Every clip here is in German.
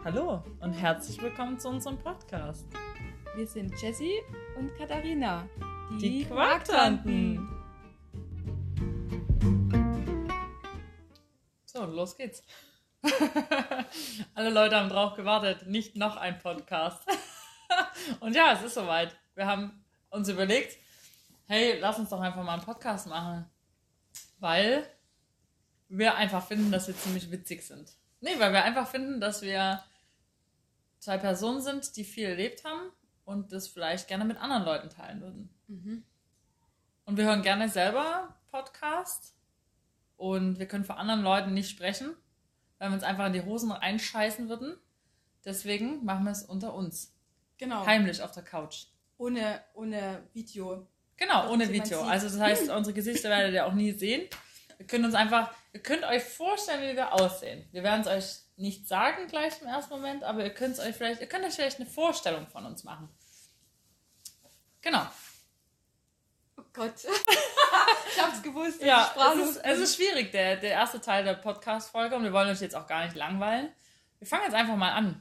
Hallo und herzlich willkommen zu unserem Podcast. Wir sind Jessie und Katharina, Die Quarktanten. So, los geht's. Alle Leute haben drauf gewartet, nicht noch ein Podcast. Und ja, es ist soweit. Wir haben uns überlegt, hey, lass uns doch einfach mal einen Podcast machen. Weil wir einfach finden, dass wir ziemlich witzig sind. Nee, weil wir einfach finden, dass wir zwei Personen sind, die viel erlebt haben und das vielleicht gerne mit anderen Leuten teilen würden. Mhm. Und wir hören gerne selber Podcast und wir können vor anderen Leuten nicht sprechen, weil wir uns einfach in die Hosen einscheißen würden. Deswegen machen wir es unter uns. Genau. Heimlich auf der Couch. Ohne Video. Genau, ohne Video. Also das heißt, unsere Gesichter werdet ihr auch nie sehen. Ihr könnt euch vorstellen, wie wir aussehen. Wir werden es euch nicht sagen gleich im ersten Moment, aber ihr könnt euch vielleicht eine Vorstellung von uns machen. Genau. Oh Gott. Ich hab's gewusst. Ja, es ist schwierig, der erste Teil der Podcast-Folge, und wir wollen euch jetzt auch gar nicht langweilen. Wir fangen jetzt einfach mal an.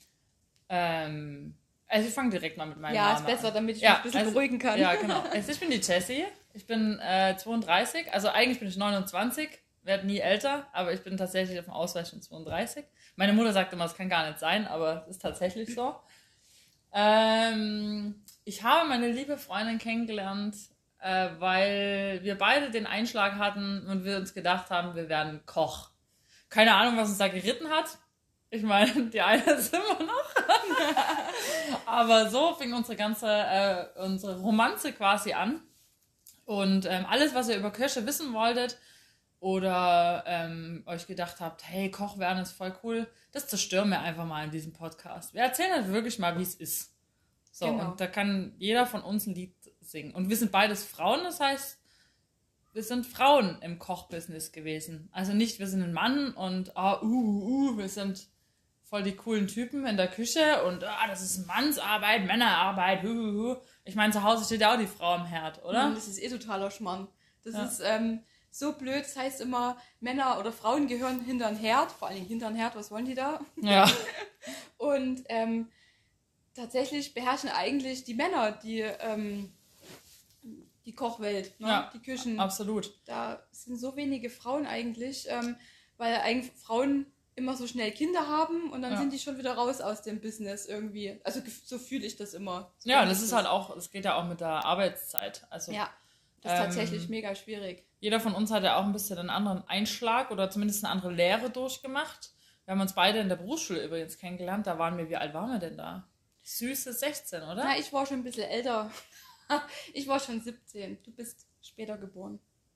Also ich fange direkt mal mit meinem Namen an. Ja, ist besser, damit ich mich ein bisschen beruhigen kann. Ja, genau. Also ich bin die Jessie. Ich bin 32, also eigentlich bin ich 29, werde nie älter, aber ich bin tatsächlich auf dem Ausweis schon 32. Meine Mutter sagt immer, das kann gar nicht sein, aber es ist tatsächlich so. Ich habe meine liebe Freundin kennengelernt, weil wir beide den Einschlag hatten und wir uns gedacht haben, wir werden Koch. Keine Ahnung, was uns da geritten hat. Ich meine, die eine ist immer noch. Aber so fing unsere Romanze quasi an. Und alles, was ihr über Köche wissen wolltet oder euch gedacht habt, hey, Koch werden ist voll cool, das zerstören wir einfach mal in diesem Podcast. Wir erzählen halt wirklich mal, wie es ist. So, genau. Und da kann jeder von uns ein Lied singen. Und wir sind beides Frauen, das heißt, wir sind Frauen im Kochbusiness gewesen. Also nicht, wir sind ein Mann und wir sind voll die coolen Typen in der Küche und das ist Mannsarbeit, Männerarbeit. Ich meine, zu Hause steht ja auch die Frau am Herd, oder? Das ist totaler Schmarrn. Das ist so blöd. Das heißt immer, Männer oder Frauen gehören hinter den Herd. Vor allem hinter den Herd, was wollen die da? Ja. Und tatsächlich beherrschen eigentlich die Männer die Kochwelt, ne? Ja, die Küchen. Absolut. Da sind so wenige Frauen eigentlich, weil eigentlich Frauen immer so schnell Kinder haben und dann sind die schon wieder raus aus dem Business irgendwie. Also so fühle ich das immer. So das ist halt auch, es geht ja auch mit der Arbeitszeit. Also, ja, das ist tatsächlich mega schwierig. Jeder von uns hat ja auch ein bisschen einen anderen Einschlag oder zumindest eine andere Lehre durchgemacht. Wir haben uns beide in der Berufsschule übrigens kennengelernt. Wie alt waren wir denn da? Süße 16, oder? Na, ich war schon ein bisschen älter. Ich war schon 17. Du bist später geboren.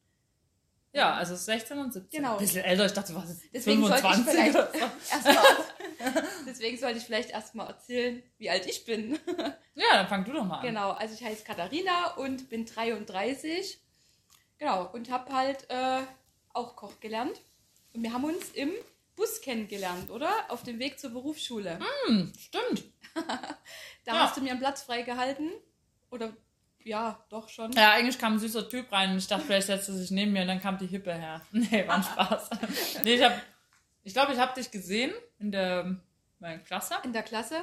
Ja, also 16 und 17. Genau. Ein bisschen älter, ich dachte, du warst deswegen 25. Deswegen sollte ich vielleicht erstmal erzählen, wie alt ich bin. Ja, dann fang du doch mal an. Genau, also ich heiße Katharina und bin 33. Genau, und habe halt auch Koch gelernt. Und wir haben uns im Bus kennengelernt, oder? Auf dem Weg zur Berufsschule. Stimmt. Da hast du mir einen Platz freigehalten. Oder... Ja, doch schon. Ja, eigentlich kam ein süßer Typ rein und ich dachte, vielleicht setzt er sich neben mir und dann kam die Hippe her. Nee, war ein Spaß. Nee, ich glaube, ich habe dich gesehen in meiner Klasse. In der Klasse?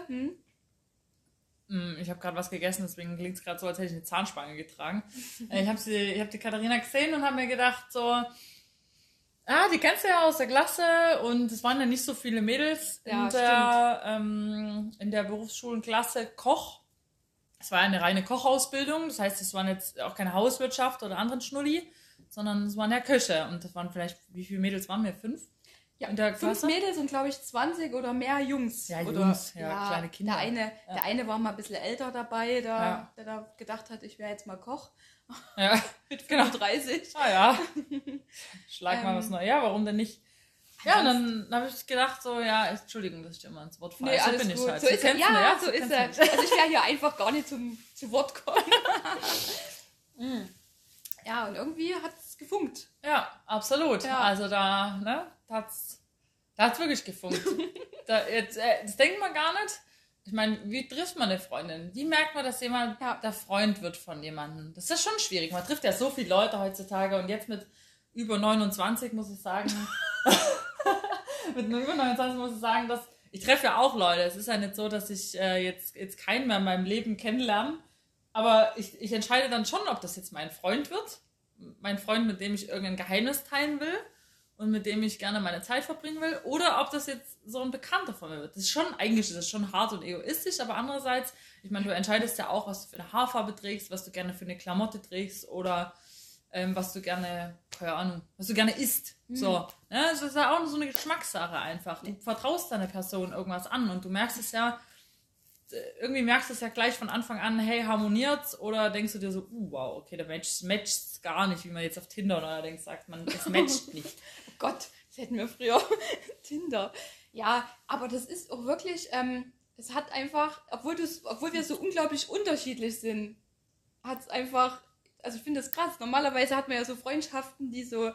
Ich habe gerade was gegessen, deswegen klingt es gerade so, als hätte ich eine Zahnspange getragen. Ich habe die Katharina gesehen und habe mir gedacht so, die kennst du ja aus der Klasse und es waren ja nicht so viele Mädels in der Berufsschulenklasse Koch. Es war eine reine Kochausbildung, das heißt, es waren jetzt auch keine Hauswirtschaft oder anderen Schnulli, sondern es waren ja Köche. Und das waren vielleicht, wie viele Mädels waren wir? 5? Ja, in der 5 Klasse? Mädels und glaube ich 20 oder mehr Jungs. Ja, oder, Jungs, kleine Kinder. Der eine war mal ein bisschen älter dabei, der da gedacht hat, ich wäre jetzt mal Koch. Ja, mit 35. Genau. Ja. Schlag mal was Neues. Ja, warum denn nicht? Ja, und dann habe ich gedacht so, Entschuldigung, dass ich dir immer ins Wort falle. Nee, alles bin gut. Ich halt. So ist er. Ja, so ist er. Also ich werde hier einfach gar nicht zu Wort kommen. Ja, und irgendwie hat es gefunkt. Ja, absolut. Ja. Also da hat's wirklich gefunkt. Das denkt man gar nicht. Ich meine, wie trifft man eine Freundin? Wie merkt man, dass jemand der Freund wird von jemandem? Das ist schon schwierig. Man trifft ja so viele Leute heutzutage und jetzt mit über 29 muss ich sagen, dass ich treffe ja auch Leute. Es ist ja nicht so, dass ich jetzt keinen mehr in meinem Leben kennenlerne. Aber ich entscheide dann schon, ob das jetzt mein Freund wird. Mein Freund, mit dem ich irgendein Geheimnis teilen will. Und mit dem ich gerne meine Zeit verbringen will, oder ob das jetzt so ein Bekannter von mir wird. Das ist schon hart und egoistisch, aber andererseits, ich meine, du entscheidest ja auch, was du für eine Haarfarbe trägst, was du gerne für eine Klamotte trägst oder was du gerne, keine Ahnung, was du gerne isst. So, ne? Das ist ja auch so eine Geschmackssache einfach. Du vertraust deiner Person irgendwas an und du merkst es ja, irgendwie merkst du es ja gleich von Anfang an, hey, harmoniert's? Oder denkst du dir so, wow, okay, der matcht's gar nicht, wie man jetzt auf Tinder neuerdings sagt, es matcht nicht. Oh Gott, das hätten wir früher. Tinder. Ja, aber das ist auch wirklich, es hat einfach, obwohl wir so unglaublich unterschiedlich sind, hat es einfach, also ich finde das krass. Normalerweise hat man ja so Freundschaften, die so,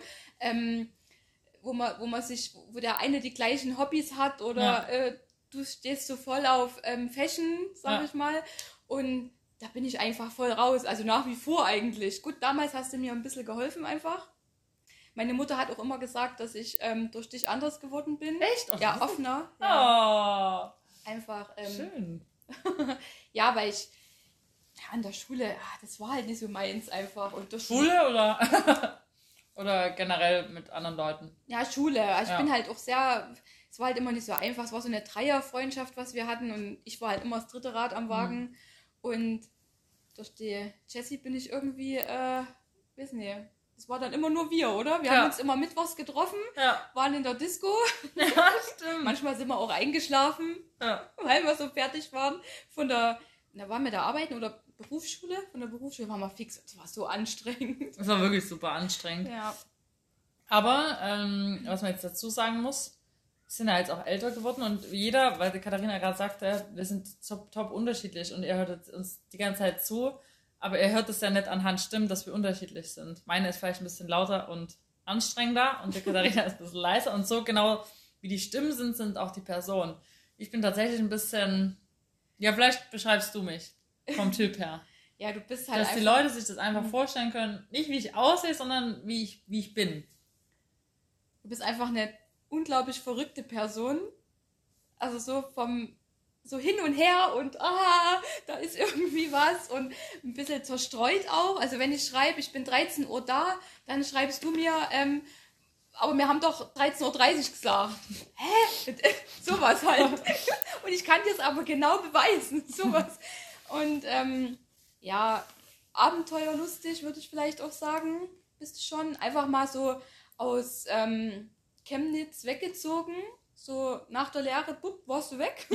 wo der eine die gleichen Hobbys hat oder du stehst so voll auf Fashion, sag ich mal. Und da bin ich einfach voll raus. Also nach wie vor eigentlich. Gut, damals hast du mir ein bisschen geholfen einfach. Meine Mutter hat auch immer gesagt, dass ich durch dich anders geworden bin. Echt? Oh, ja, offener. Ja. Oh. Einfach. Schön. Ja, weil ich an der Schule, das war halt nicht so meins einfach. Und durch Schule oder, oder generell mit anderen Leuten? Ja, Schule. Also ich bin halt auch sehr... Es war halt immer nicht so einfach. Es war so eine Dreierfreundschaft, was wir hatten. Und ich war halt immer das dritte Rad am Wagen. Und durch die Jessie bin ich irgendwie, weiß nicht, es war dann immer nur wir, oder? Wir haben uns immer mittwochs getroffen, waren in der Disco. Ja, stimmt. Manchmal sind wir auch eingeschlafen, weil wir so fertig waren. Da waren wir da arbeiten oder Berufsschule? Von der Berufsschule waren wir fix. Es war so anstrengend. Das war wirklich super anstrengend. Ja. Aber, was man jetzt dazu sagen muss, wir sind ja jetzt auch älter geworden und jeder, weil die Katharina gerade sagte, wir sind top unterschiedlich und ihr hört uns die ganze Zeit zu, aber ihr hört es ja nicht anhand Stimmen, dass wir unterschiedlich sind. Meine ist vielleicht ein bisschen lauter und anstrengender und die Katharina ist ein bisschen leiser und so genau wie die Stimmen sind auch die Personen. Ich bin tatsächlich ein bisschen, ja, vielleicht beschreibst du mich vom Typ her. Ja, du bist halt dass die Leute sich das einfach vorstellen können, nicht wie ich aussehe, sondern wie ich bin. Du bist einfach eine unglaublich verrückte Person. Also so hin und her und da ist irgendwie was und ein bisschen zerstreut auch. Also wenn ich schreibe, ich bin 13 Uhr da, dann schreibst du mir, aber wir haben doch 13.30 Uhr gesagt. Hä? Sowas halt. Und ich kann dir es aber genau beweisen. Sowas. Und ja, abenteuerlustig würde ich vielleicht auch sagen. Bist du schon einfach mal so aus Chemnitz weggezogen, so nach der Lehre, bupp, warst du weg.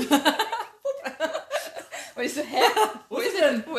Und ich so, hä? Wo ist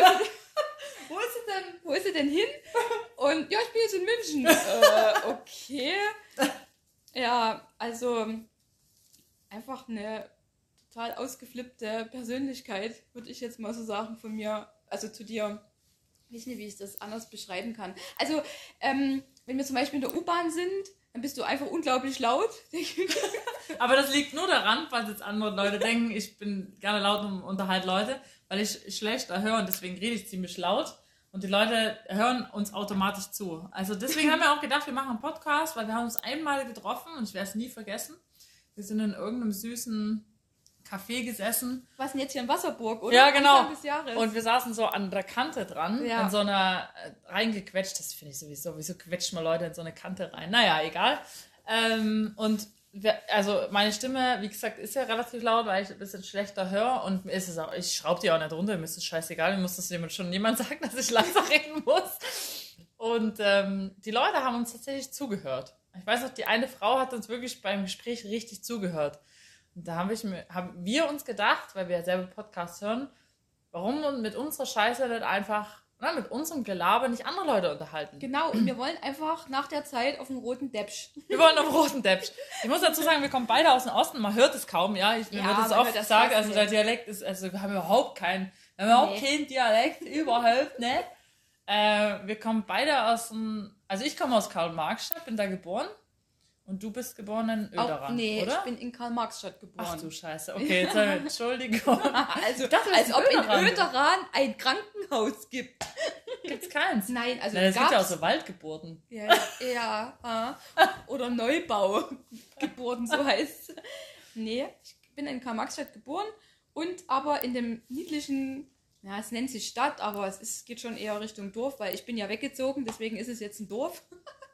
sie denn hin? Und ja, ich bin jetzt in München. Okay. Ja, also einfach eine total ausgeflippte Persönlichkeit, würde ich jetzt mal so sagen von mir, also zu dir. Ich weiß nicht, wie ich das anders beschreiben kann. Also, wenn wir zum Beispiel in der U-Bahn sind, dann bist du einfach unglaublich laut. Aber das liegt nur daran, falls jetzt andere Leute denken, ich bin gerne laut und unterhalte Leute, weil ich schlechter höre und deswegen rede ich ziemlich laut. Und die Leute hören uns automatisch zu. Also deswegen haben wir auch gedacht, wir machen einen Podcast, weil wir haben uns einmal getroffen und ich werde es nie vergessen. Wir sind in irgendeinem süßen Café gesessen. Was denn jetzt hier in Wasserburg, oder? Ja, genau. Anfang des Jahres. Und wir saßen so an der Kante dran, in so einer reingequetscht. Das finde ich sowieso. Wieso quetscht man Leute in so eine Kante rein? Naja, egal. Und also meine Stimme, wie gesagt, ist ja relativ laut, weil ich ein bisschen schlechter höre. Und mir ist es auch, ich schraube die auch nicht runter, mir ist es scheißegal. Mir muss das schon niemand sagen, dass ich leiser reden muss. Und die Leute haben uns tatsächlich zugehört. Ich weiß noch, die eine Frau hat uns wirklich beim Gespräch richtig zugehört. Und da haben wir uns gedacht, weil wir ja selber Podcasts hören, warum mit unserer Scheiße nicht einfach, mit unserem Gelaber nicht andere Leute unterhalten. Genau, und wir wollen einfach nach der Zeit auf den roten Deppsch. Wir wollen auf den roten Deppsch. Ich muss dazu sagen, wir kommen beide aus dem Osten, man hört es kaum, ja. Mir wird es oft gesagt, also der Dialekt ist, also wir haben überhaupt keinen Dialekt, überhaupt nicht. Wir kommen beide also ich komme aus Karl-Marx-Stadt, bin da geboren. Und du bist geboren in Öderan, oder? Ich bin in Karl-Marx-Stadt geboren. Ach du Scheiße, okay, jetzt Entschuldigung. Also, als ob in Öderan ein Krankenhaus gibt. Gibt's keins? Nein, also es gibt ja auch so Waldgeburten. Ja. Oder Neubaugeburten, so heißt es. Nee, bin in Karl-Marx-Stadt geboren und aber in dem niedlichen, ja, es nennt sich Stadt, aber geht schon eher Richtung Dorf, weil ich bin ja weggezogen, deswegen ist es jetzt ein Dorf.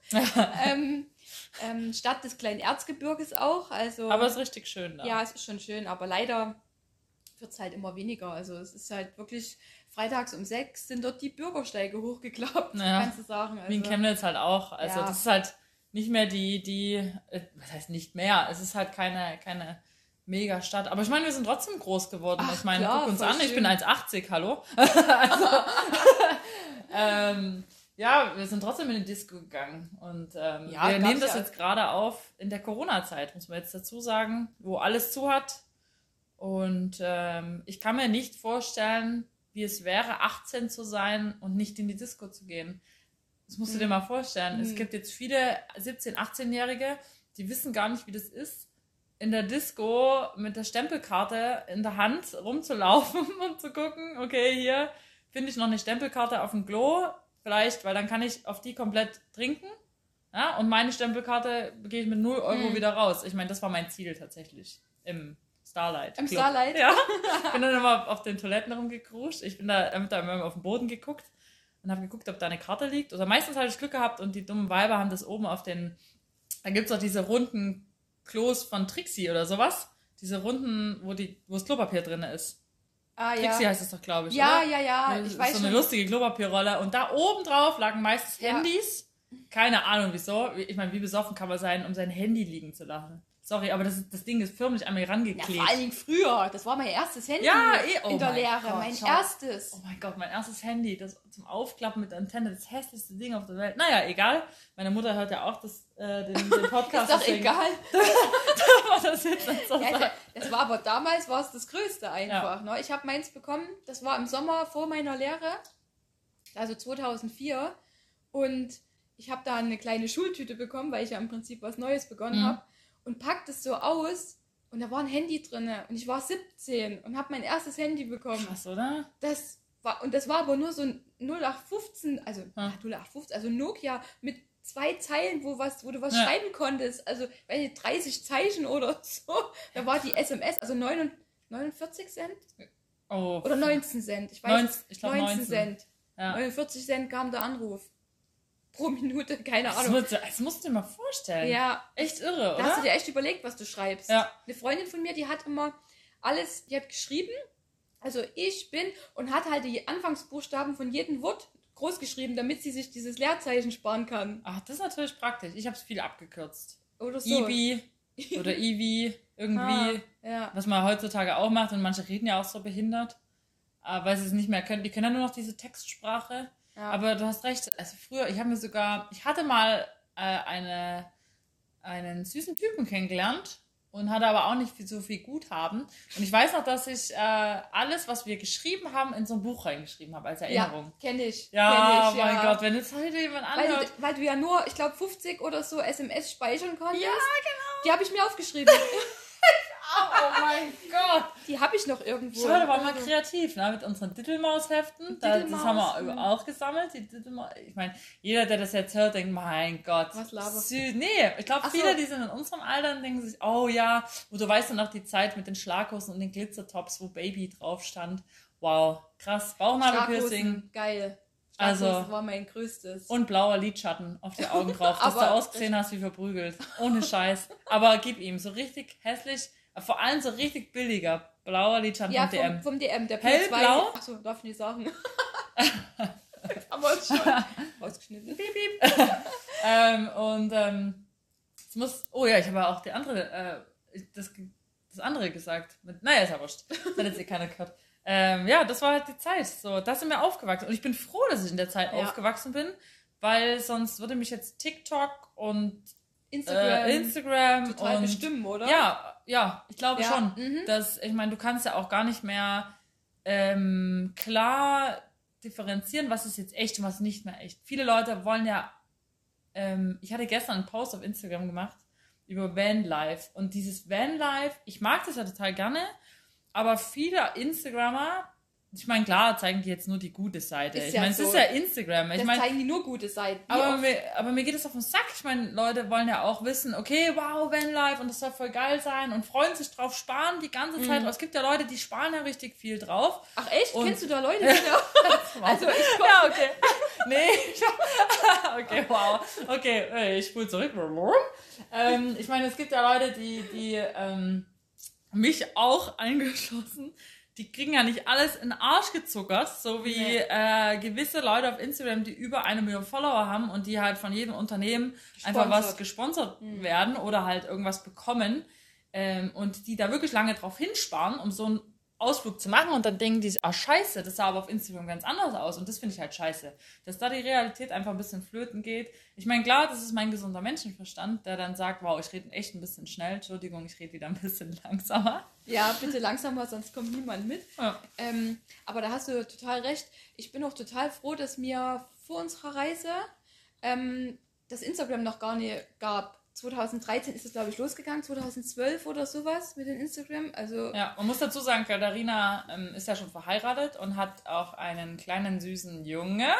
Stadt des kleinen Erzgebirges auch. Also, aber es ist richtig schön da. Ja, es ist schon schön, aber leider wird es halt immer weniger. Also es ist halt wirklich, freitags um 6 sind dort die Bürgersteige hochgeklappt, kannst du sagen. Also, wie in Chemnitz halt auch. Also das ist halt nicht mehr was heißt nicht mehr? Es ist halt keine Mega-Stadt. Aber ich meine, wir sind trotzdem groß geworden. Ach, ich meine, klar, guck uns voll an, schön. ich bin 1,80, hallo? Also, ja, wir sind trotzdem in die Disco gegangen. Und wir nehmen das jetzt gerade auf in der Corona-Zeit, muss man jetzt dazu sagen, wo alles zu hat. Und ich kann mir nicht vorstellen, wie es wäre, 18 zu sein und nicht in die Disco zu gehen. Das musst du dir mal vorstellen. Es gibt jetzt viele 17-, 18-Jährige, die wissen gar nicht, wie das ist, in der Disco mit der Stempelkarte in der Hand rumzulaufen und zu gucken, okay, hier finde ich noch eine Stempelkarte auf dem Klo, vielleicht, weil dann kann ich auf die komplett trinken. Ja, und meine Stempelkarte gehe ich mit 0 Euro wieder raus. Ich meine, das war mein Ziel tatsächlich im Starlight. Im Club. Starlight? Ja. Ich bin dann immer auf den Toiletten rumgekruscht. Ich bin da immer auf den Boden geguckt und habe geguckt, ob da eine Karte liegt. Oder meistens habe ich Glück gehabt und die dummen Weiber haben das oben auf den... Da gibt es auch diese runden Klos von Trixie oder sowas. Diese runden, wo das Klopapier drin ist. Ah, Trixie heißt es doch, glaube ich, ja, oder? Ja. Ich weiß so eine lustige Klopapierrolle. Und da oben drauf lagen meistens Handys. Keine Ahnung, wieso. Ich meine, wie besoffen kann man sein, um sein Handy liegen zu lassen? Sorry, aber das Ding ist förmlich an mir rangeklebt. Ja, vor allen Dingen früher. Das war mein erstes Handy in der Lehre. Gott, mein erstes. Oh mein Gott, mein erstes Handy. Das zum Aufklappen mit Antenne. Das hässlichste Ding auf der Welt. Naja, egal. Meine Mutter hört ja auch den Podcast. Ist doch egal. das jetzt so das war aber damals war es das Größte einfach. Ne? Ich habe meins bekommen. Das war im Sommer vor meiner Lehre. Also 2004. Und ich habe da eine kleine Schultüte bekommen, weil ich ja im Prinzip was Neues begonnen habe. Und packt es so aus und da war ein Handy drin und ich war 17 und habe mein erstes Handy bekommen. Krass, oder? Das war aber nur so ein 0815, also 0815, also Nokia mit 2 Zeilen, wo du was schreiben konntest, also 30 Zeichen oder so. Da war die SMS, also 49 Cent oder 19 Cent, ich weiß nicht, 19 Cent. Ja. 49 Cent kam der Anruf. Pro Minute, keine Ahnung. Das musst du dir mal vorstellen. Ja. Echt irre, oder? Da hast du dir echt überlegt, was du schreibst. Ja. Eine Freundin von mir, die hat immer die hat geschrieben, also ich bin, und hat halt die Anfangsbuchstaben von jedem Wort groß geschrieben, damit sie sich dieses Leerzeichen sparen kann. Ach, das ist natürlich praktisch. Ich habe es viel abgekürzt. Oder so. Ibi oder Ivi, irgendwie. Was man heutzutage auch macht. Und manche reden ja auch so behindert. Weil sie es nicht mehr können. Die können ja nur noch diese Textsprache. Ja. Aber du hast recht, also früher, ich hatte mal einen süßen Typen kennengelernt und hatte aber auch nicht so viel Guthaben. Und ich weiß noch, dass ich alles, was wir geschrieben haben, in so ein Buch reingeschrieben habe, als Erinnerung. Ja, kenne ich. Ja, mein Gott, wenn jetzt heute jemand anhört. Weil du ja nur, ich glaube, 50 oder so SMS speichern konntest. Ja, genau. Die habe ich mir aufgeschrieben. Oh mein Gott. Die habe ich noch irgendwo. Schau, da waren wir kreativ, ne? Mit unseren Dittelmaus-Heften. Das haben wir auch gesammelt. Die ich meine, jeder, der das jetzt hört, denkt, mein Gott. Was laberst du? Nee, ich glaube, viele, die sind in unserem Alter und denken sich, oh ja. Und du weißt noch die Zeit mit den Schlaghosen und den Glitzertops, wo Baby drauf stand. Wow, krass. Bauchnabelpiercing. Geil. Also, das war mein größtes. Und blauer Lidschatten auf die Augen drauf, dass du ausgesehen hast wie verprügelt. Ohne Scheiß. Aber gib ihm so richtig hässlich, vor allem so richtig billiger blauer Lidschatten vom DM. Vom DM, der Hellblau? Achso, darf ich nicht sagen. Haben wir uns schon ausgeschnitten. Piep, piep. Es muss. Oh ja, ich habe ja auch die andere, das andere gesagt. Naja, ist ja wurscht. Das hat jetzt keiner gehört. Ja, das war halt die Zeit. So, da sind wir aufgewachsen. Und ich bin froh, dass ich in der Zeit aufgewachsen bin, weil sonst würde mich jetzt TikTok und Instagram total bestimmen, oder? Ja, ich glaube schon. Ich meine, du kannst ja auch gar nicht mehr klar differenzieren, was ist jetzt echt und was nicht mehr echt. Viele Leute wollen ja, ich hatte gestern einen Post auf Instagram gemacht über Vanlife und dieses Vanlife, ich mag das ja total gerne, aber viele Instagrammer ich meine, klar zeigen die jetzt nur die gute Seite. Ist Ich ja meine, es so. ist ja Instagram. Ich Das meine, zeigen die nur gute Seiten. Wie aber oft- mir geht es auf den Sack. Ich meine, Leute wollen ja auch wissen, okay, wow, Vanlife und das soll voll geil sein und freuen sich drauf, sparen die ganze Zeit. Es gibt ja Leute, die sparen ja richtig viel drauf. Ach echt? Und- Kennst du da Leute? Die also ich Ja, okay. Nee. Okay, wow. Okay, ich spule zurück. Ich meine, es gibt ja Leute, die mich auch eingeschlossen, die kriegen ja nicht alles in den Arsch gezuckert, so wie gewisse Leute auf Instagram, die über 1 Million Follower haben und die halt von jedem Unternehmen einfach was gesponsert werden oder halt irgendwas bekommen und die da wirklich lange drauf hinsparen, um so einen Ausflug zu machen und dann denken die, ah scheiße, das sah aber auf Instagram ganz anders aus und das finde ich halt scheiße, dass da die Realität einfach ein bisschen flöten geht. Ich meine, klar, das ist mein gesunder Menschenverstand, der dann sagt, wow, ich rede echt ein bisschen schnell, Entschuldigung, ich rede wieder ein bisschen langsamer. Ja, bitte langsamer, sonst kommt niemand mit. Ja. Aber da hast du total recht. Ich bin auch total froh, dass mir vor unserer Reise das Instagram noch gar nicht gab. 2013 ist es, glaube ich, losgegangen, 2012 oder sowas mit dem Instagram. Also Ja, man muss dazu sagen, Katharina ist ja schon verheiratet und hat auch einen kleinen süßen Junge.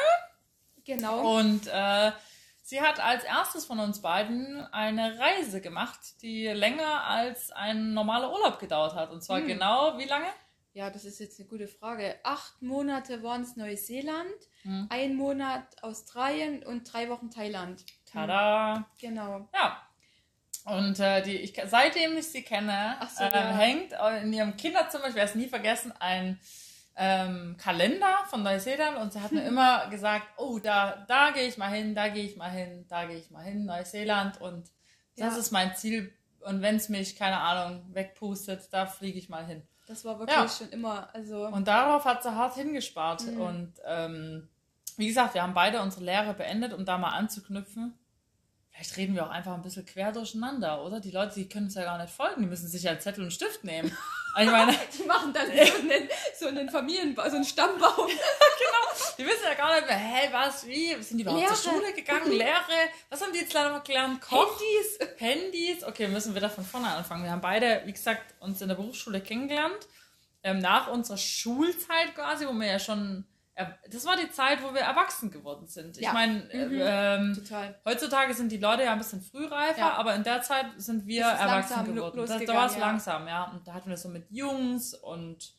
genau. Und sie hat als erstes von uns beiden eine Reise gemacht, die länger als ein normaler Urlaub gedauert hat. Und zwar genau wie lange? Ja, das ist jetzt eine gute Frage. 8 Monate waren es Neuseeland, 1 Monat Australien und 3 Wochen Thailand. Tada! Genau. Ja. Und seitdem ich sie kenne, Ach so, ja. hängt in ihrem Kinderzimmer, ich werde es nie vergessen, ein Kalender von Neuseeland und sie hat mir immer gesagt, oh, da gehe ich mal hin, da gehe ich mal hin, da gehe ich mal hin, Neuseeland und das Ja. ist mein Ziel und wenn es mich, keine Ahnung, wegpustet, da fliege ich mal hin. Das war wirklich schon immer, also Und darauf hat sie hart hingespart und wie gesagt, wir haben beide unsere Lehre beendet, um da mal anzuknüpfen. Vielleicht reden wir auch einfach ein bisschen quer durcheinander, oder? Die Leute, die können uns ja gar nicht folgen, die müssen sich ja einen Zettel und einen Stift nehmen. Ich meine, die machen dann so einen Familienbaum, so einen Stammbaum. die wissen ja gar nicht mehr, hey, was, wie, sind die überhaupt Lehre. zur Schule gegangen, Lehre, was haben die jetzt leider noch gelernt? Koch? Handys. Handys, okay, müssen wir da von vorne anfangen. Wir haben beide, wie gesagt, uns in der Berufsschule kennengelernt, nach unserer Schulzeit quasi, wo wir ja schon, das war die Zeit, wo wir erwachsen geworden sind. Ich Ja. meine, Total. heutzutage sind die Leute ja ein bisschen frühreifer, Ja. aber in der Zeit sind wir Ist es erwachsen langsam geworden. Da losgegangen, war es ja. langsam, ja. Und da hatten wir so mit Jungs und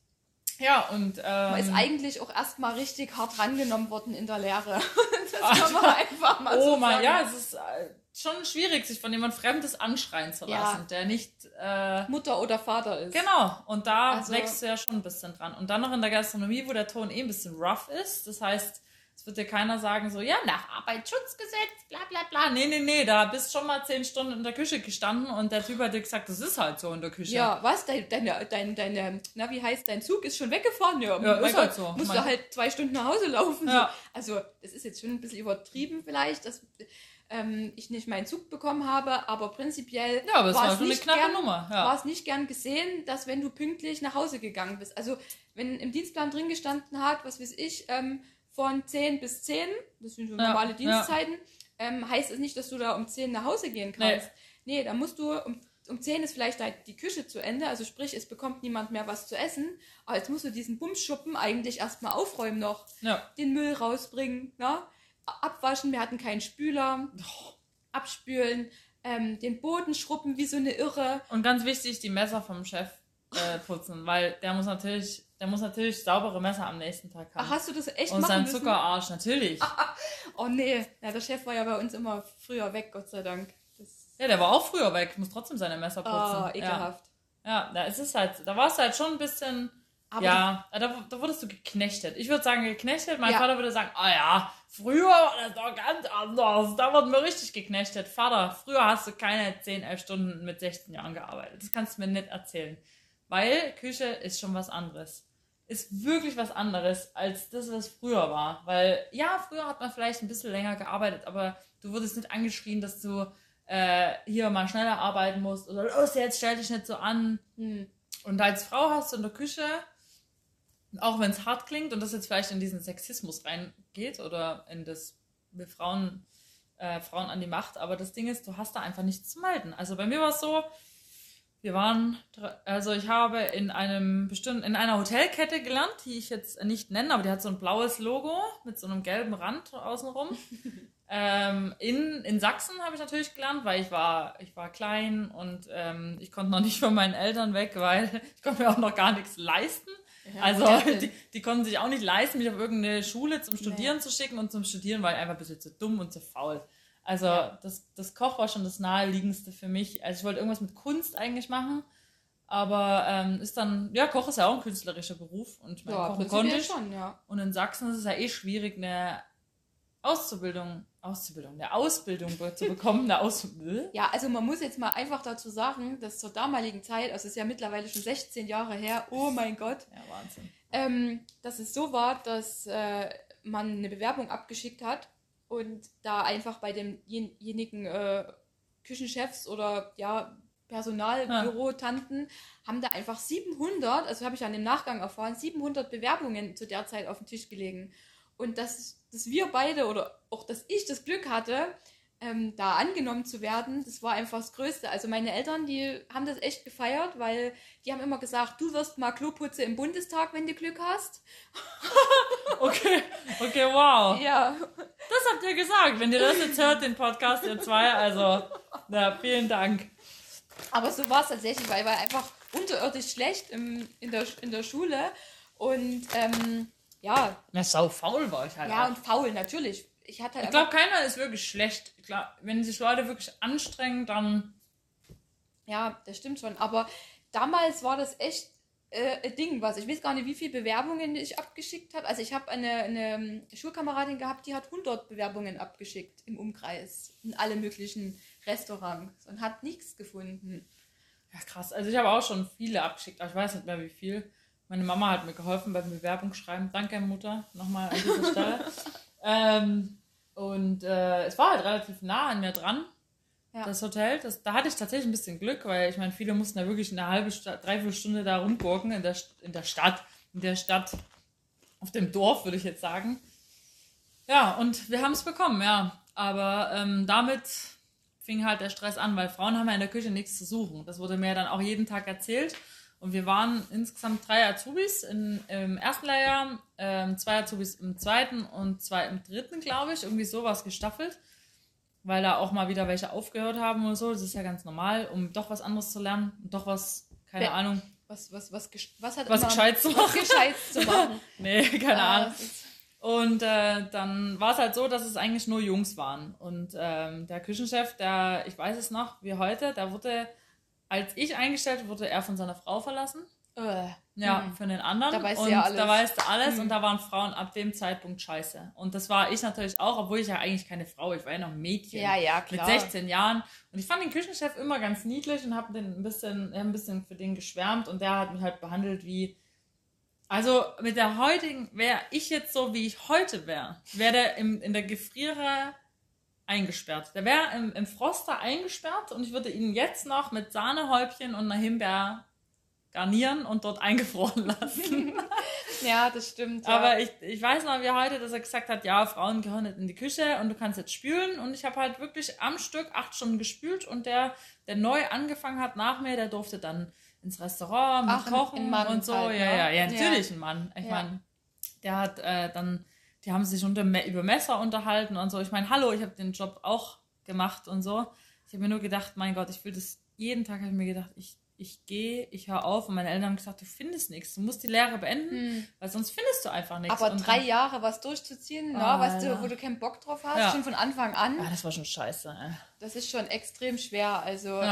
ja, und Man ist eigentlich auch erstmal richtig hart rangenommen worden in der Lehre. Das kann man einfach mal so oh mein, sagen. ja, es ist schon schwierig, sich von jemand Fremdes anschreien zu Ja. lassen, der nicht Mutter oder Vater ist. genau, und da Also- wächst du ja schon ein bisschen dran. Und dann noch in der Gastronomie, wo der Ton ein bisschen rough ist. Das heißt, es wird dir keiner sagen so, ja, nach Arbeitsschutzgesetz, bla bla bla. Nee, da bist schon mal 10 Stunden in der Küche gestanden und der Typ hat dir gesagt, das ist halt so in der Küche. Ja, was? Na, wie heißt, dein Zug ist schon weggefahren? Ja, Ja, mein ist halt Gott, so. Musst Mein- du halt 2 Stunden nach Hause laufen. Ja. So. Also, das ist jetzt schon ein bisschen übertrieben vielleicht, dass ich nicht meinen Zug bekommen habe, aber prinzipiell Ja, aber es war es schon eine nicht knappe gern, Nummer, ja. war es nicht gern gesehen, dass wenn du pünktlich nach Hause gegangen bist, also wenn im Dienstplan drin gestanden hat, was weiß ich, von 10 bis 10, das sind so Ja, normale ja. Dienstzeiten, heißt es nicht, dass du da um 10 nach Hause gehen kannst. Nee, da musst du um 10 ist vielleicht die Küche zu Ende, also sprich, es bekommt niemand mehr was zu essen, aber jetzt musst du diesen Bumsschuppen eigentlich erstmal aufräumen noch, Ja. den Müll rausbringen, ne? Abwaschen, wir hatten keinen Spüler, abspülen, den Boden schrubben wie so eine Irre. Und ganz wichtig, die Messer vom Chef putzen, weil der muss natürlich saubere Messer am nächsten Tag haben. Ach, hast du das echt Und machen sein müssen? Zuckerarsch, natürlich. Oh nee, ja, der Chef war ja bei uns immer früher weg, Gott sei Dank. Das, Ja, der war auch früher weg, muss trotzdem seine Messer putzen. ekelhaft. Ja, da warst du halt schon ein bisschen, Aber da wurdest du geknechtet. Ich würde sagen geknechtet, mein Ja. Vater würde sagen, ja, früher war das doch ganz anders. Da wurden wir richtig geknechtet. Vater, früher hast du keine 10, 11 Stunden mit 16 Jahren gearbeitet. Das kannst du mir nicht erzählen. Weil Küche ist schon was anderes. Ist wirklich was anderes als das, was früher war. Weil, ja, früher hat man vielleicht ein bisschen länger gearbeitet, aber du wurdest nicht angeschrien, dass du hier mal schneller arbeiten musst oder los, jetzt stell dich nicht so an. Und als Frau hast du in der Küche, auch wenn es hart klingt und das jetzt vielleicht in diesen Sexismus reingeht oder in das wir Frauen an die Macht, aber das Ding ist, du hast da einfach nichts zu melden. Also bei mir war es so, Also ich habe in einer Hotelkette gelernt, die ich jetzt nicht nenne, aber die hat so ein blaues Logo mit so einem gelben Rand außenrum. In Sachsen habe ich natürlich gelernt, weil ich war klein und ich konnte noch nicht von meinen Eltern weg, weil ich konnte mir auch noch gar nichts leisten. Ja, Also die konnten sich auch nicht leisten, mich auf irgendeine Schule zum Studieren zu schicken, und zum Studieren war ich einfach ein bisschen zu dumm und zu faul. Also das Koch war schon das Naheliegendste für mich. Also ich wollte irgendwas mit Kunst eigentlich machen, aber ist dann, ja, Koch ist ja auch ein künstlerischer Beruf und mein Kochen konnte ich. Schon, ja. Und in Sachsen ist es ja eh schwierig, eine Ausbildung zu bekommen. Ja, also man muss jetzt mal einfach dazu sagen, dass zur damaligen Zeit, also es ist ja mittlerweile schon 16 Jahre her, oh mein Gott, Ja, Wahnsinn. dass es so war, dass man eine Bewerbung abgeschickt hat und da einfach bei demjenigen Küchenchefs oder ja, Personalbürotanten haben da einfach 700, also habe ich dann im Nachgang erfahren, 700 Bewerbungen zu der Zeit auf dem Tisch gelegen. Und dass wir beide oder auch, dass ich das Glück hatte, da angenommen zu werden, das war einfach das Größte. Also meine Eltern, die haben das echt gefeiert, weil die haben immer gesagt, du wirst mal Kloputze im Bundestag, wenn du Glück hast. Okay, wow. Ja. Das habt ihr gesagt. Wenn ihr das jetzt hört, den Podcast, ihr zwei, also, ja, vielen Dank. Aber so war es tatsächlich, weil ich war einfach unterirdisch schlecht in der Schule und ja. Na, sau faul war ich halt. Ja, auch. und faul, natürlich. Ich glaube, keiner ist wirklich schlecht. Ich glaub, wenn sich Leute wirklich anstrengen, dann... Ja, das stimmt schon. Aber damals war das echt ein Ding, was ich weiß gar nicht, wie viele Bewerbungen ich abgeschickt habe. Also ich habe eine Schulkameradin gehabt, die hat 100 Bewerbungen abgeschickt im Umkreis in alle möglichen Restaurants und hat nichts gefunden. Ja, krass. Also ich habe auch schon viele abgeschickt, aber ich weiß nicht mehr, wie viel. Meine Mama hat mir geholfen beim Bewerbungsschreiben. Danke, Mutter, nochmal an dieser Stelle. Es war halt relativ nah an mir dran, das Hotel. Da hatte ich tatsächlich ein bisschen Glück, weil ich meine, viele mussten da wirklich eine dreiviertel Stunde da rumgurken in der Stadt, auf dem Dorf, würde ich jetzt sagen. Ja, und wir haben es bekommen, ja. Aber damit fing halt der Stress an, weil Frauen haben ja in der Küche nichts zu suchen. Das wurde mir dann auch jeden Tag erzählt. Und wir waren insgesamt 3 Azubis im ersten Lehrjahr, 2 Azubis im zweiten und 2 im dritten, glaube ich. Irgendwie sowas gestaffelt, weil da auch mal wieder welche aufgehört haben oder so. Das ist ja ganz normal, um doch was anderes zu lernen und doch was, keine Ahnung. Was Gescheites zu machen. Nee, keine Ahnung. Und dann war es halt so, dass es eigentlich nur Jungs waren. Und der Küchenchef, ich weiß es noch, wie heute, als ich eingestellt wurde er von seiner Frau verlassen. Ja, für den anderen. Da weißt du ja alles. Da weißt du alles und da waren Frauen ab dem Zeitpunkt scheiße. Und das war ich natürlich auch, obwohl ich ja eigentlich keine Frau, ich war ja noch ein Mädchen. Ja, klar. Mit 16 Jahren. Und ich fand den Küchenchef immer ganz niedlich und habe ein bisschen für den geschwärmt und der hat mich halt behandelt wie... Also mit der heutigen, wäre ich jetzt so, wie ich heute wäre der in der Gefrierer eingesperrt. Der wäre im Froster eingesperrt und ich würde ihn jetzt noch mit Sahnehäubchen und einer Himbeer garnieren und dort eingefroren lassen. Ja, das stimmt. Ja. Aber ich weiß noch, wie heute, dass er gesagt hat, ja, Frauen gehören nicht in die Küche und du kannst jetzt spülen. Und ich habe halt wirklich am Stück 8 Stunden gespült und der neu angefangen hat nach mir, der durfte dann ins Restaurant mit kochen ein Mann und so. Halt, ja, natürlich ein Mann. Ich meine, der hat dann... Die haben sich über Messer unterhalten und so. Ich meine, hallo, ich habe den Job auch gemacht und so. Ich habe mir nur gedacht, mein Gott, ich will das jeden Tag, habe ich mir gedacht, ich gehe, ich höre auf. Und meine Eltern haben gesagt, du findest nichts. Du musst die Lehre beenden, weil sonst findest du einfach nichts. Aber 3 Jahre was durchzuziehen, wo du keinen Bock drauf hast, schon von Anfang an. Ja, das war schon scheiße. Das ist schon extrem schwer. Also,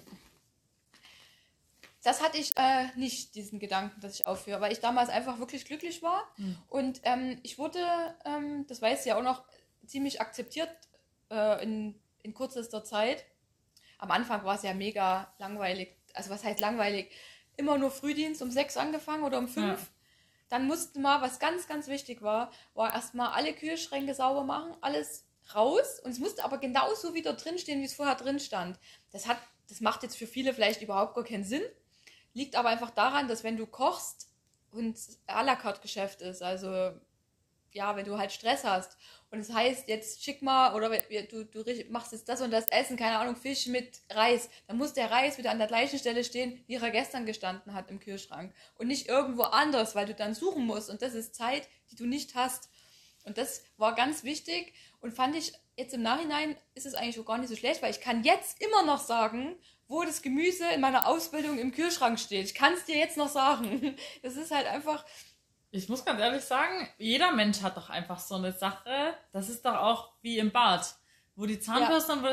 das hatte ich nicht, diesen Gedanken, dass ich aufhöre, weil ich damals einfach wirklich glücklich war. Und ich wurde, das weiß ich ja auch noch, ziemlich akzeptiert in kürzester Zeit. Am Anfang war es ja mega langweilig. Also was heißt langweilig? Immer nur Frühdienst um 6 angefangen oder um 5. Ja. Dann mussten wir, was ganz, ganz wichtig war erstmal alle Kühlschränke sauber machen, alles raus. Und es musste aber genauso wieder drinstehen, wie es vorher drin stand. Das macht jetzt für viele vielleicht überhaupt gar keinen Sinn. Liegt aber einfach daran, dass wenn du kochst und à la carte Geschäft ist, also wenn du halt Stress hast und es heißt, jetzt schick mal oder du machst jetzt das und das Essen, keine Ahnung, Fisch mit Reis, dann muss der Reis wieder an der gleichen Stelle stehen, wie er gestern gestanden hat im Kühlschrank und nicht irgendwo anders, weil du dann suchen musst und das ist Zeit, die du nicht hast. Und das war ganz wichtig und fand ich, jetzt im Nachhinein ist es eigentlich auch gar nicht so schlecht, weil ich kann jetzt immer noch sagen, wo das Gemüse in meiner Ausbildung im Kühlschrank steht. Ich kann es dir jetzt noch sagen. Das ist halt einfach... Ich muss ganz ehrlich sagen, jeder Mensch hat doch einfach so eine Sache, das ist doch auch wie im Bad, wo die Zahnbürste und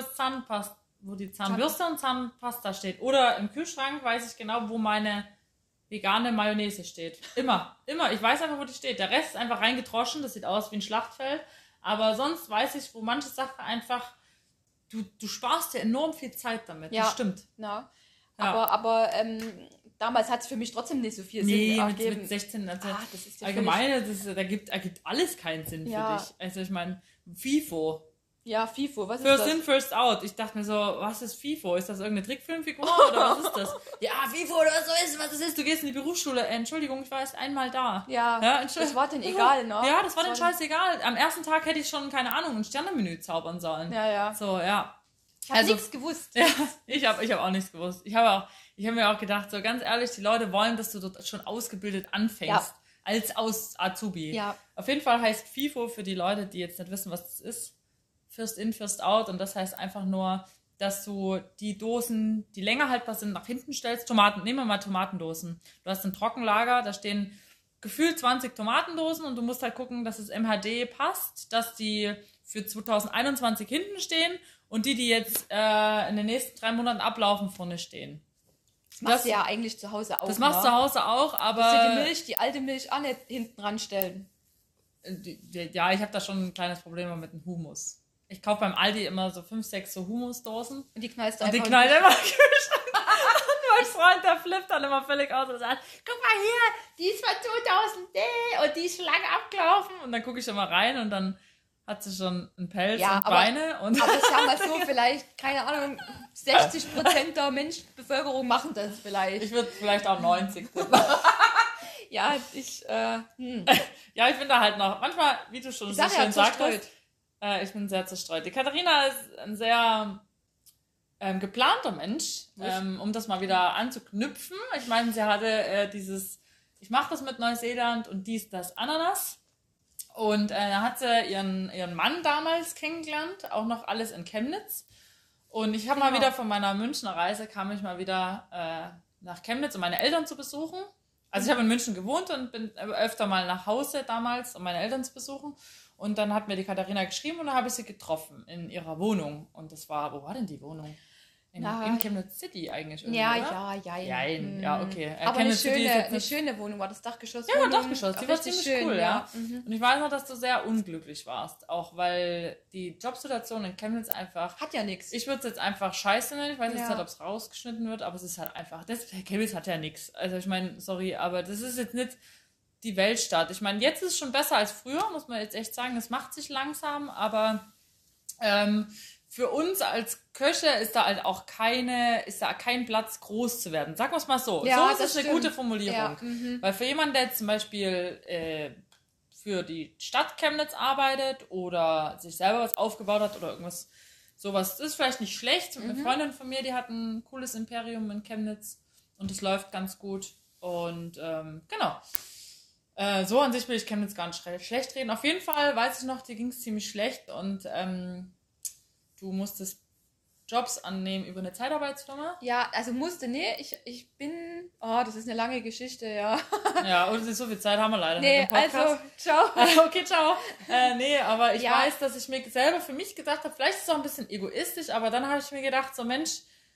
wo die Zahnbürste und Zahnpasta steht. Oder im Kühlschrank weiß ich genau, wo meine vegane Mayonnaise steht. Immer. Ich weiß einfach, wo die steht. Der Rest ist einfach reingetroschen, das sieht aus wie ein Schlachtfeld. Aber sonst weiß ich, wo manche Sachen einfach, du sparst dir enorm viel Zeit damit. Ja, das stimmt. Ja. Aber damals hat es für mich trotzdem nicht so viel Sinn ergeben. Mit 16, also das ist ja allgemein, ergibt alles keinen Sinn für dich. Also ich meine, FIFO. Ja, FIFO, was ist First das? in, first out. Ich dachte mir so, was ist FIFO? Ist das irgendeine Trickfilmfigur oder was ist das? Ja, FIFO oder so ist, was es ist. Du gehst in die Berufsschule. Entschuldigung, ich war erst einmal da. Ja, das war denen egal, ne? Ja, das war denen scheißegal. Am ersten Tag hätte ich schon, keine Ahnung, ein Sternemenü zaubern sollen. Ja. So, ja. Ich habe nichts gewusst. Ja, ich hab auch nichts gewusst. Ich hab mir auch gedacht, so ganz ehrlich, die Leute wollen, dass du dort schon ausgebildet anfängst. Ja. Als Azubi. Ja. Auf jeden Fall heißt FIFO für die Leute, die jetzt nicht wissen, was das ist, First in, first out. Und das heißt einfach nur, dass du die Dosen, die länger haltbar sind, nach hinten stellst. Nehmen wir mal Tomatendosen. Du hast ein Trockenlager, da stehen gefühlt 20 Tomatendosen und du musst halt gucken, dass das MHD passt, dass die für 2021 hinten stehen und die jetzt in den nächsten 3 Monaten ablaufen, vorne stehen. Das machst du ja eigentlich zu Hause auch. Das machst du zu Hause auch, aber... Die alte Milch auch nicht hinten ranstellen. Ja, ich habe da schon ein kleines Problem mit dem Humus. Ich kaufe beim Aldi immer so 5, 6 so Humusdosen. Und die knallst du einfach. Und die knallt immer im Kühlschrank. Und mein Freund, der flippt dann immer völlig aus und sagt, guck mal hier, die ist von 2000 und die ist schon lange abgelaufen. Und dann gucke ich immer rein und dann hat sie schon einen Pelz und Beine. Aber sagen wir so, vielleicht, keine Ahnung, 60% der Bevölkerung machen das vielleicht. Ich würde vielleicht auch 90. Ja, Ja, ich bin da halt noch, manchmal, wie du schon so schön sagtest, ich bin sehr zerstreut. Die Katharina ist ein sehr geplanter Mensch, um das mal wieder anzuknüpfen. Ich meine, sie hatte ich mache das mit Neuseeland und das Ananas. Und da hat sie ihren Mann damals kennengelernt, auch noch alles in Chemnitz. Und ich habe mal wieder von meiner Münchner Reise, kam ich mal wieder nach Chemnitz, um meine Eltern zu besuchen. Also ich habe in München gewohnt und bin öfter mal nach Hause damals, um meine Eltern zu besuchen. Und dann hat mir die Katharina geschrieben und da habe ich sie getroffen in ihrer Wohnung. Und das war, wo war denn die Wohnung? In Chemnitz City eigentlich. Ja, oder? Ja, okay. Aber eine schöne Wohnung war das Dachgeschoss. Ja, Dachgeschoss. Die war ziemlich schön, cool, ja. Und ich weiß noch, dass du sehr unglücklich warst. Auch weil die Jobsituation in Chemnitz einfach... Hat ja nichts. Ich würde es jetzt einfach scheiße nennen. Ich weiß jetzt nicht, ob es rausgeschnitten wird, aber es ist halt einfach... Chemnitz hat ja nichts. Also ich meine, sorry, aber das ist jetzt nicht die Weltstadt. Ich meine, jetzt ist es schon besser als früher, muss man jetzt echt sagen. Es macht sich langsam, aber... für uns als Köche ist da halt auch kein Platz, groß zu werden. Sagen wir es mal so. Ja, so ist es eine gute Formulierung. Ja, Weil für jemanden, der jetzt zum Beispiel für die Stadt Chemnitz arbeitet oder sich selber was aufgebaut hat oder irgendwas, sowas, das ist vielleicht nicht schlecht. Eine Freundin von mir, die hat ein cooles Imperium in Chemnitz und es läuft ganz gut. Und genau. So an sich will ich Chemnitz gar nicht schlecht reden. Auf jeden Fall weiß ich noch, dir ging es ziemlich schlecht und du musstest Jobs annehmen über eine Zeitarbeitsfirma? Ja, also ich bin... Oh, das ist eine lange Geschichte, ja. Ja, und so viel Zeit haben wir leider nicht im Podcast. Also, ciao. Okay, ciao. Nee, aber ich weiß, dass ich mir selber für mich gedacht habe, vielleicht ist es auch ein bisschen egoistisch, aber dann habe ich mir gedacht, so Mensch,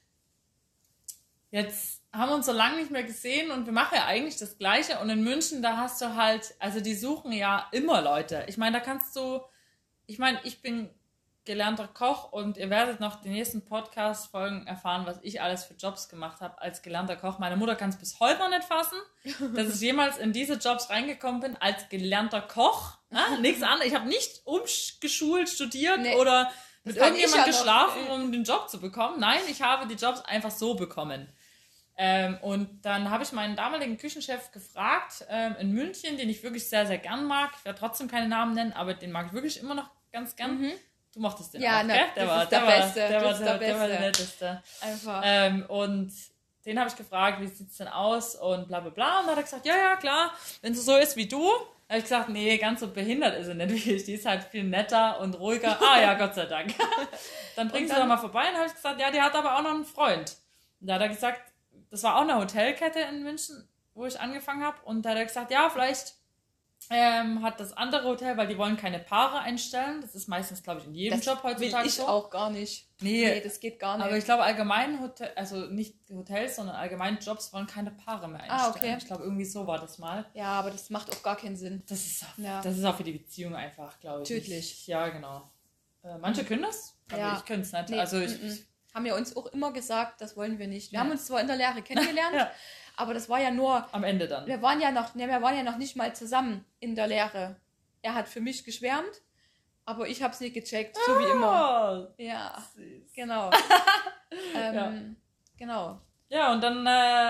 jetzt haben wir uns so lange nicht mehr gesehen und wir machen ja eigentlich das Gleiche. Und in München, da hast du halt, also die suchen ja immer Leute. Ich meine, ich bin gelernter Koch und ihr werdet noch die nächsten Podcast-Folgen erfahren, was ich alles für Jobs gemacht habe als gelernter Koch. Meine Mutter kann es bis heute noch nicht fassen, dass ich jemals in diese Jobs reingekommen bin als gelernter Koch. Nichts anderes. Ich habe nicht umgeschult, studiert oder mit irgendjemandem geschlafen, um den Job zu bekommen. Nein, ich habe die Jobs einfach so bekommen. Und dann habe ich meinen damaligen Küchenchef gefragt, in München, den ich wirklich sehr, sehr gern mag. Ich werde trotzdem keine Namen nennen, aber den mag ich wirklich immer noch ganz gern. Du mochtest den Ja, auch, ne, gell? der war der Netteste. Einfach. Und den habe ich gefragt, wie sieht's denn aus und bla bla bla. Und dann hat er gesagt, ja, klar, wenn sie so ist wie du. Habe ich gesagt, nee, ganz so behindert ist sie nicht wie ich. Die ist halt viel netter und ruhiger. Ah ja, Gott sei Dank. Dann bringst du doch mal vorbei. Und dann habe ich gesagt, ja, die hat aber auch noch einen Freund. Und da hat er gesagt, das war auch eine Hotelkette in München, wo ich angefangen habe. Und da hat er gesagt, ja, vielleicht hat das andere Hotel, weil die wollen keine Paare einstellen. Das ist meistens, glaube ich, in jedem Job heutzutage will ich so. auch gar nicht. Nee, das geht gar nicht. Aber ich glaube, allgemein, also nicht Hotels, sondern allgemein Jobs wollen keine Paare mehr einstellen. Okay. Ich glaube, irgendwie so war das mal. Ja, aber das macht auch gar keinen Sinn. Das ist auch für die Beziehung einfach, glaube ich. Tödlich. Ja, genau. Manche können das, aber ich könnte es nicht. Nee, also haben ja uns auch immer gesagt, das wollen wir nicht. Wir haben uns zwar in der Lehre kennengelernt, ja. aber das war ja nur... Am Ende dann. Wir waren ja noch nicht mal zusammen in der Lehre. Er hat für mich geschwärmt, aber ich habe es nicht gecheckt, so wie immer. Ja, süß. Genau. Ja. Genau. Ja, und dann...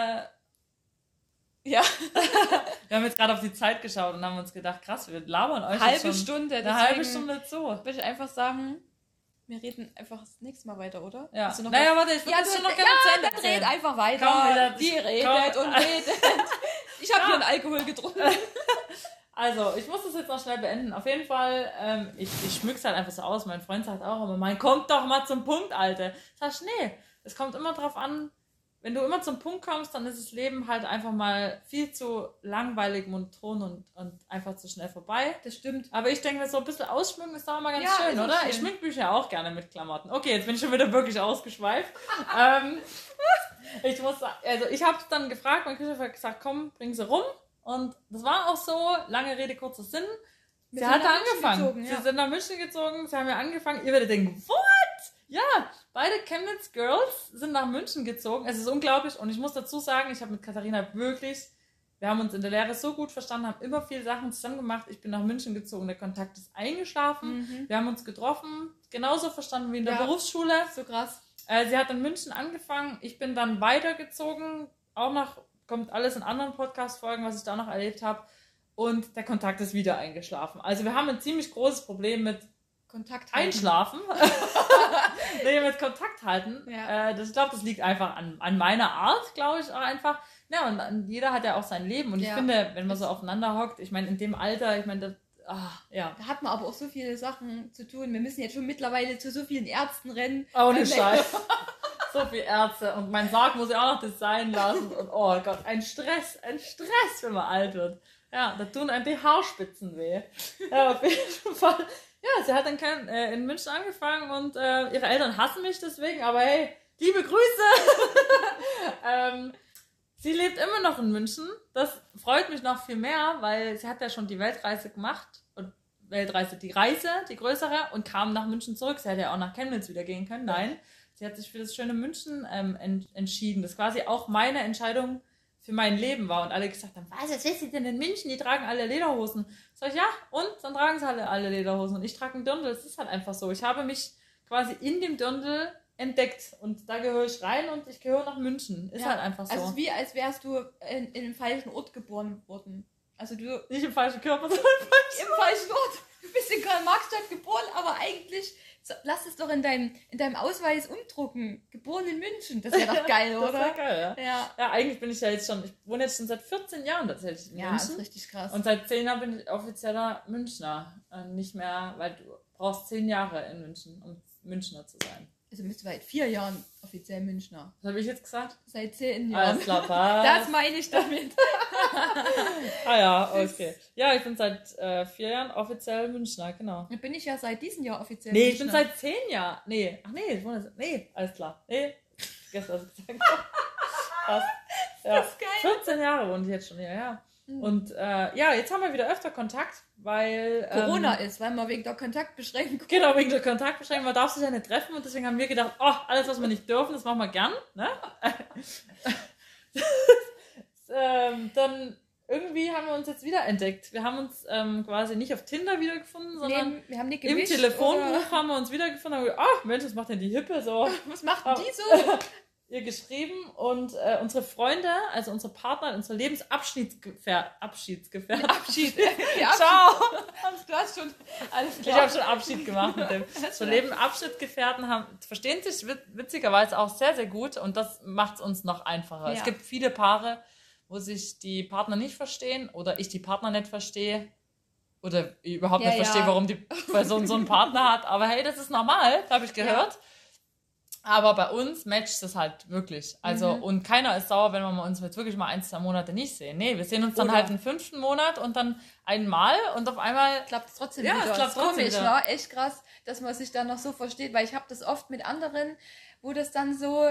Ja. Wir haben jetzt gerade auf die Zeit geschaut und haben uns gedacht, krass, wir labern euch Halbe Stunde. Eine halbe Stunde zu. Würde ich einfach sagen, wir reden einfach das nächste Mal weiter, oder? Ja. Warte, ich würde das schon noch gerne zu Ende erzählen. Red einfach weiter. Komm, die redet und redet. Ich habe hier einen Alkohol getrunken. Also, ich muss das jetzt noch schnell beenden. Auf jeden Fall, ich schmück's halt einfach so aus. Mein Freund sagt auch immer, kommt doch mal zum Punkt, Alter. Sag ich, nee, es kommt immer drauf an, wenn du immer zum Punkt kommst, dann ist das Leben halt einfach mal viel zu langweilig, monoton und einfach zu schnell vorbei. Das stimmt. Aber ich denke mir, so ein bisschen ausschmücken ist doch mal ganz schön, oder? Schön. Ich schmück mich ja auch gerne mit Klamotten. Okay, jetzt bin ich schon wieder wirklich ausgeschweift. Ich habe dann gefragt, mein Küchenchef hat gesagt, komm, bring sie rum. Und das war auch so, lange Rede, kurzer Sinn. Sie hat angefangen. Sie sind nach München gezogen, sie haben ja angefangen. Ihr werdet denken, what? Ja, beide Chemnitz Girls sind nach München gezogen. Es ist unglaublich. Und ich muss dazu sagen, ich habe mit Katharina wir haben uns in der Lehre so gut verstanden, haben immer viele Sachen zusammen gemacht. Ich bin nach München gezogen, der Kontakt ist eingeschlafen. Wir haben uns getroffen, genauso verstanden wie in der Berufsschule. So krass. Sie hat in München angefangen, ich bin dann weitergezogen. Kommt alles in anderen Podcast-Folgen, was ich da noch erlebt habe. Und der Kontakt ist wieder eingeschlafen. Also wir haben ein ziemlich großes Problem mit Kontakt halten. Einschlafen. Nee, mit Kontakt halten. Ja. Ich glaube, das liegt einfach an meiner Art, glaube ich, auch einfach. Ja, und jeder hat ja auch sein Leben. Und ich finde, wenn man so aufeinander hockt, ich meine, in dem Alter, Da hat man aber auch so viele Sachen zu tun. Wir müssen jetzt schon mittlerweile zu so vielen Ärzten rennen. Oh, ne Scheiß. So viele Ärzte. Und mein Sarg muss ich auch noch designen lassen. Und oh Gott, ein Stress, wenn man alt wird. Ja, da tun einem die Haarspitzen weh. Ja, auf jeden Fall. Ja, sie hat dann in München angefangen und ihre Eltern hassen mich deswegen, aber hey, liebe Grüße! Sie lebt immer noch in München. Das freut mich noch viel mehr, weil sie hat ja schon die Weltreise gemacht. Und die größere, und kam nach München zurück. Sie hätte ja auch nach Chemnitz wieder gehen können. Nein, sie hat sich für das schöne München entschieden. Das quasi auch meine Entscheidung für mein Leben war. Und alle gesagt haben, was ist sie denn in München? Die tragen alle Lederhosen. Sag ich, ja, und? Dann tragen sie alle Lederhosen. Und ich trage einen Dirndl. Das ist halt einfach so. Ich habe mich quasi in dem Dirndl entdeckt. Und da gehöre ich rein und ich gehöre nach München. Ist halt einfach so. Also es ist wie, als wärst du in dem falschen Ort geboren worden. Also du... Nicht im falschen Körper, sondern im falschen Ort. Du bist in Karl-Marx-Stadt geboren, aber eigentlich... Lass es doch in deinem Ausweis umdrucken. Geboren in München. Das wäre doch geil, oder? Das wäre geil, ja. Ja, eigentlich bin ich ja jetzt ich wohne jetzt schon seit 14 Jahren tatsächlich in München. Ja, das ist richtig krass. Und seit 10 Jahren bin ich offizieller Münchner. Nicht mehr, weil du brauchst 10 Jahre in München, um Münchner zu sein. Also bist du seit 4 Jahren offiziell Münchner. Was habe ich jetzt gesagt? Seit 10 Jahren. Alles klar, was? Das meine ich damit. Ah ja, okay. Ja, ich bin seit 4 Jahren offiziell Münchner, genau. Bin ich ja seit diesem Jahr offiziell Münchner. Ich bin seit 10 Jahren. Alles klar. Vergesst, was ich gesagt habe. Was? Ja. Das ist geil. 14 Jahre wohne ich jetzt schon hier, ja. Und jetzt haben wir wieder öfter Kontakt, weil... Corona ist, weil man wegen der Kontaktbeschränkung... Genau, wegen der Kontaktbeschränkung. Man darf sich ja nicht treffen und deswegen haben wir gedacht, alles, was wir nicht dürfen, das machen wir gern. Ne? Dann irgendwie haben wir uns jetzt wieder entdeckt. Wir haben uns quasi nicht auf Tinder wiedergefunden, sondern wir haben nicht im Telefonbuch haben wir uns wiedergefunden und haben gesagt, Mensch, was macht denn die Hippe so? Was macht denn die so? ihr geschrieben und unsere Freunde, also unsere Partner, unsere Abschiedsgefährten. Ciao! Du hast schon alles Ich klar. habe schon Abschied gemacht mit dem. So Abschiedsgefährten verstehen sich witzigerweise auch sehr, sehr gut und das macht es uns noch einfacher. Ja. Es gibt viele Paare, wo sich die Partner nicht verstehen oder ich die Partner nicht verstehe oder überhaupt nicht verstehe, warum die Person so einen Partner hat. Aber hey, das ist normal, habe ich gehört. Ja. Aber bei uns matcht es halt wirklich. Also, und keiner ist sauer, wenn wir uns jetzt wirklich mal 1-2 Monate nicht sehen. Nee, wir sehen uns dann halt im 5. Monat und dann einmal und auf einmal klappt es trotzdem wieder. Ja, es klappt trotzdem wieder. Ne? Echt krass, dass man sich dann noch so versteht, weil ich habe das oft mit anderen, wo das dann so,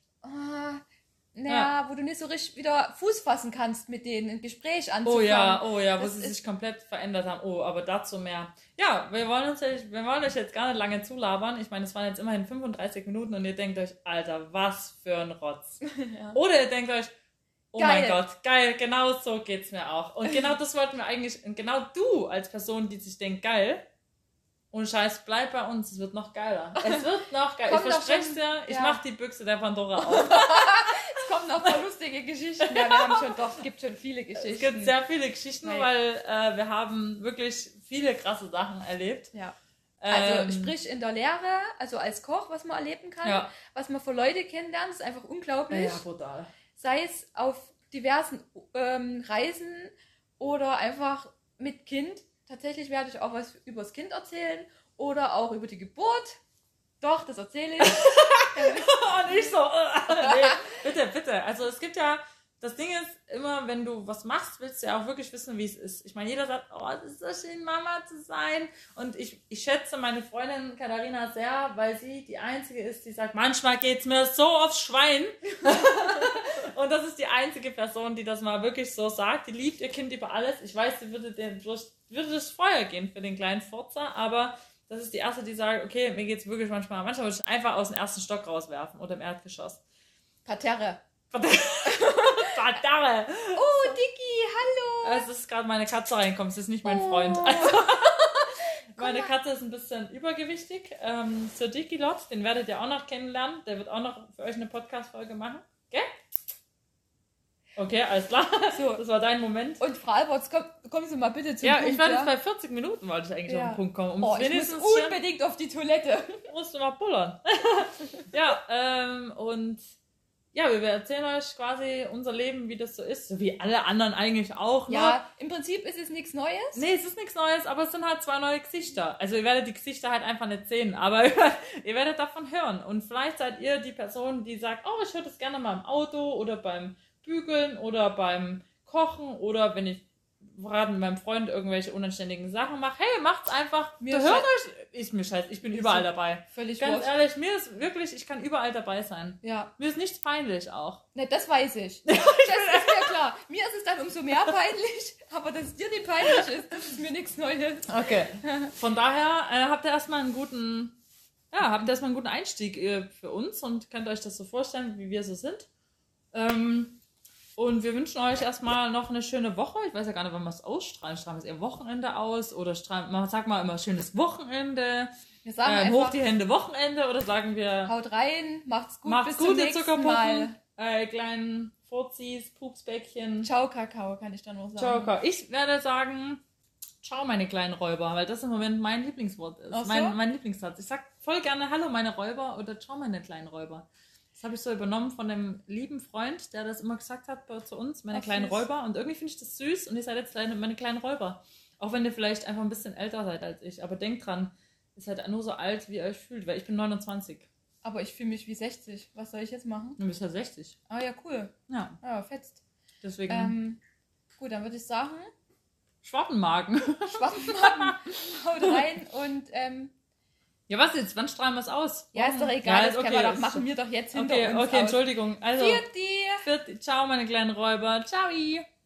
wo du nicht so richtig wieder Fuß fassen kannst mit denen, ein Gespräch anzufangen. Oh ja, wo sie sich komplett verändert haben. Oh, aber dazu mehr. Ja, wir wollen euch jetzt gar nicht lange zulabern. Ich meine, es waren jetzt immerhin 35 Minuten und ihr denkt euch, Alter, was für ein Rotz. Ja. Oder ihr denkt euch, oh geil. Mein Gott, geil, genau so geht's mir auch. Und genau das wollten wir eigentlich, und genau du als Person, die sich denkt, geil, und Scheiß, bleib bei uns, es wird noch geiler. Es wird noch geiler. Ich verspreche es dir, ich mach die Büchse der Pandora auf. Es kommen noch paar lustige Geschichten. Ja, es gibt schon viele Geschichten. Es gibt sehr viele Geschichten, weil wir haben wirklich viele krasse Sachen erlebt. Ja. Also sprich in der Lehre, also als Koch, was man erleben kann, was man für Leute kennenlernt, ist einfach unglaublich. Ja, brutal. Sei es auf diversen Reisen oder einfach mit Kind. Tatsächlich werde ich auch was über das Kind erzählen oder auch über die Geburt. Doch, das erzähle ich. Und ich so, nee, bitte. Also es gibt ja, das Ding ist, immer wenn du was machst, willst du ja auch wirklich wissen, wie es ist. Ich meine, jeder sagt, oh, es ist so schön, Mama zu sein. Und ich schätze meine Freundin Katharina sehr, weil sie die Einzige ist, die sagt, manchmal geht's mir so aufs Schwein. Und das ist die einzige Person, die das mal wirklich so sagt. Die liebt ihr Kind über alles. Ich weiß, sie würde das Feuer gehen für den kleinen Furzer, aber das ist die erste, die sagt, okay, mir geht's wirklich manchmal würde ich einfach aus dem 1. Stock rauswerfen oder im Erdgeschoss. Parterre. Parterre. Oh, Dicky, hallo. Es ist gerade meine Katze reinkommt, es ist nicht mein Freund. Also, meine Katze ist ein bisschen übergewichtig. Sir Dicky Lot, den werdet ihr auch noch kennenlernen. Der wird auch noch für euch eine Podcast-Folge machen. Gell? Okay, alles klar. So. Das war dein Moment. Und Frau Alberts, kommen Sie mal bitte zum Punkt. Ja, ich war jetzt bei 40 Minuten, wollte ich eigentlich auf den Punkt kommen. Ich muss unbedingt auf die Toilette. Musst du mal pullern. Und ja, wir erzählen euch quasi unser Leben, wie das so ist. So wie alle anderen eigentlich auch. Ja, im Prinzip ist es nichts Neues. Nee, es ist nichts Neues, aber es sind halt 2 neue Gesichter. Also ihr werdet die Gesichter halt einfach nicht sehen, aber ihr werdet davon hören. Und vielleicht seid ihr die Person, die sagt, oh, ich höre das gerne mal im Auto oder beim Bügeln oder beim Kochen oder wenn ich gerade mit meinem Freund irgendwelche unanständigen Sachen mache. Hey, macht's einfach. Hört euch. Ist mir scheiße. Ich bin überall dabei. Völlig Ganz ehrlich, mir ist wirklich, ich kann überall dabei sein. Ja. Mir ist nichts peinlich auch. Ne, das weiß ich. Das ist mir klar. Mir ist es dann umso mehr peinlich, aber dass es dir nicht peinlich ist, das ist mir nichts Neues. Okay. Von daher habt ihr erstmal einen guten Einstieg für uns und könnt euch das so vorstellen, wie wir so sind. Und wir wünschen euch erstmal noch eine schöne Woche. Ich weiß ja gar nicht, wann wir es ausstrahlen. Strahlen wir es eher Wochenende aus? Oder man sagt mal immer schönes Wochenende. Wir sagen einfach, hoch die Hände Wochenende. Oder sagen wir... Haut rein, macht's gut, bis zum nächsten Mal. Kleinen Furzis, Pupsbäckchen. Ciao, Kakao, kann ich dann noch sagen. Ciao, Kakao. Ich werde sagen, ciao, meine kleinen Räuber. Weil das im Moment mein Lieblingswort ist. So? Mein Lieblingssatz. Ich sag voll gerne hallo, meine Räuber. Oder ciao, meine kleinen Räuber. Das habe ich so übernommen von dem lieben Freund, der das immer gesagt hat zu uns, meine kleinen Räuber. Und irgendwie finde ich das süß und ihr seid jetzt meine kleinen Räuber. Auch wenn ihr vielleicht einfach ein bisschen älter seid als ich. Aber denkt dran, ihr seid nur so alt, wie ihr euch fühlt, weil ich bin 29. Aber ich fühle mich wie 60. Was soll ich jetzt machen? Du bist ja 60. Ah ja, cool. Ja. Ja, fetzt. Deswegen. Gut, dann würde ich sagen... Schwappenmagen. Haut rein und... Ja, was jetzt? Wann strahlen wir es aus? Ja, ist doch egal, das können wir doch, machen wir doch jetzt hinter uns Okay, Entschuldigung. Also, Vierte. Ciao, meine kleinen Räuber. Ciao.